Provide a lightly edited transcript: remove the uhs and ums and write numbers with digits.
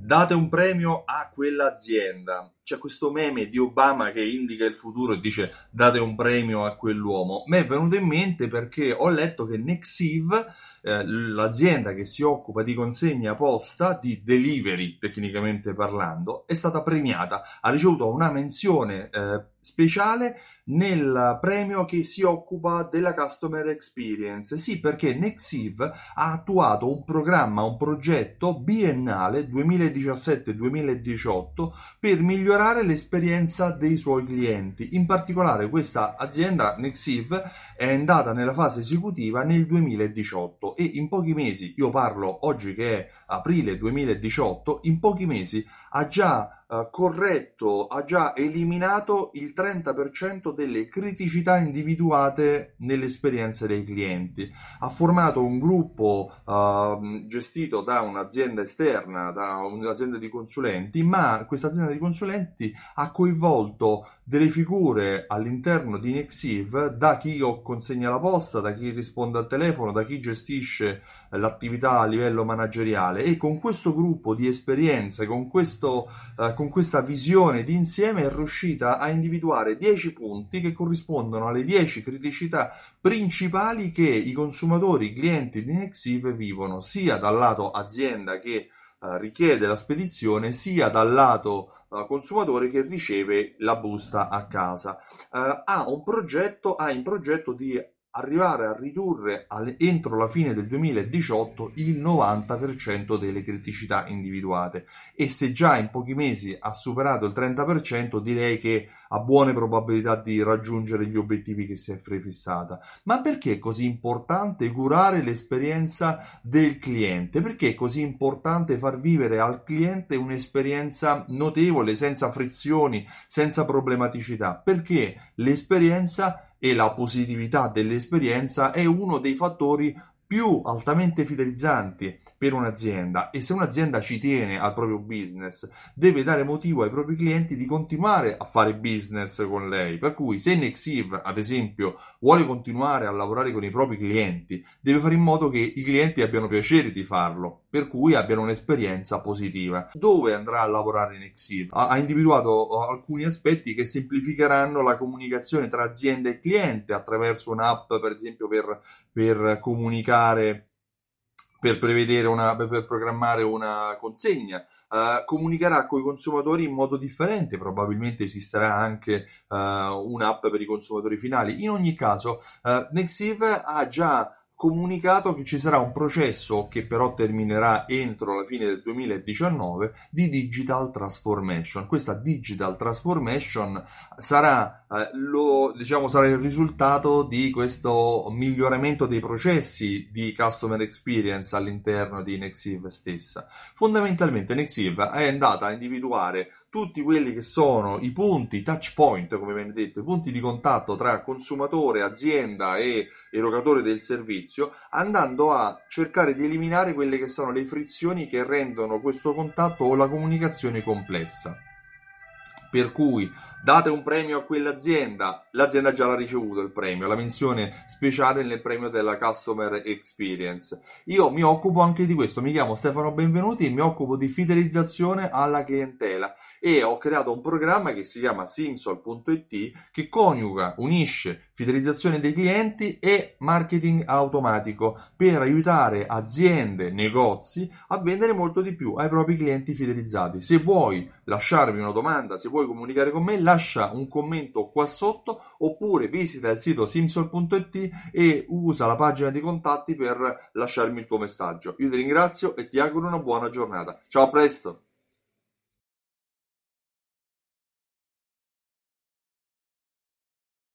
date un premio a quell'azienda. C'è questo meme di Obama che indica il futuro e dice date un premio a quell'uomo. Mi è venuto in mente perché ho letto che Nexive, l'azienda che si occupa di consegna posta, di delivery tecnicamente parlando, è stata premiata, ha ricevuto una menzione speciale nel premio che si occupa della customer experience. Sì, perché Nexive ha attuato un programma, un progetto biennale 2017-2018 per migliorare l'esperienza dei suoi clienti. In particolare questa azienda Nexive è andata nella fase esecutiva nel 2018 e in pochi mesi, io parlo oggi che è aprile 2018, in pochi mesi ha già corretto, ha già eliminato il 30% delle criticità individuate nell'esperienza dei clienti. Ha formato un gruppo gestito da un'azienda esterna, da un'azienda di consulenti, ma questa azienda di consulenti ha coinvolto delle figure all'interno di Nexive, da chi consegna la posta, da chi risponde al telefono, da chi gestisce l'attività a livello manageriale, e con questo gruppo di esperienze, con questa visione di insieme è riuscita a individuare 10 punti che corrispondono alle 10 criticità principali che i consumatori, i clienti di Nexive vivono, sia dal lato azienda che richiede la spedizione, sia dal lato consumatore che riceve la busta a casa. Ha in progetto di arrivare a ridurre entro la fine del 2018 il 90% delle criticità individuate, e se già in pochi mesi ha superato il 30%, direi che ha buone probabilità di raggiungere gli obiettivi che si è prefissata. Ma perché è così importante curare l'esperienza del cliente? Perché è così importante far vivere al cliente un'esperienza notevole, senza frizioni, senza problematicità? Perché l'esperienza e la positività dell'esperienza è uno dei fattori più altamente fidelizzanti per un'azienda, e se un'azienda ci tiene al proprio business deve dare motivo ai propri clienti di continuare a fare business con lei. Per cui se Nexive, ad esempio, vuole continuare a lavorare con i propri clienti, deve fare in modo che i clienti abbiano piacere di farlo, per cui abbiano un'esperienza positiva. Dove andrà a lavorare Nexive? Ha individuato alcuni aspetti che semplificheranno la comunicazione tra azienda e cliente attraverso un'app, per esempio per comunicare, per programmare una consegna. Comunicherà con i consumatori in modo differente, probabilmente esisterà anche un'app per i consumatori finali. In ogni caso, Nexive ha già comunicato che ci sarà un processo, che però terminerà entro la fine del 2019, di digital transformation. Questa digital transformation sarà il risultato di questo miglioramento dei processi di customer experience all'interno di Nexive stessa. Fondamentalmente Nexive è andata a individuare tutti quelli che sono i punti touch point, come viene detto, i punti di contatto tra consumatore, azienda e erogatore del servizio, andando a cercare di eliminare quelle che sono le frizioni che rendono questo contatto o la comunicazione complessa. Per cui date un premio a quell'azienda, l'azienda già l'ha ricevuto il premio, la menzione speciale nel premio della Customer Experience. Io mi occupo anche di questo, mi chiamo Stefano Benvenuti e mi occupo di fidelizzazione alla clientela, e ho creato un programma che si chiama Simsol.it, che unisce fidelizzazione dei clienti e marketing automatico per aiutare aziende, negozi a vendere molto di più ai propri clienti fidelizzati. Se vuoi lasciarmi una domanda, se vuoi comunicare con me, lascia un commento qua sotto, oppure visita il sito Simsol.it e usa la pagina di contatti per lasciarmi il tuo messaggio. Io ti ringrazio e ti auguro una buona giornata. Ciao, a presto!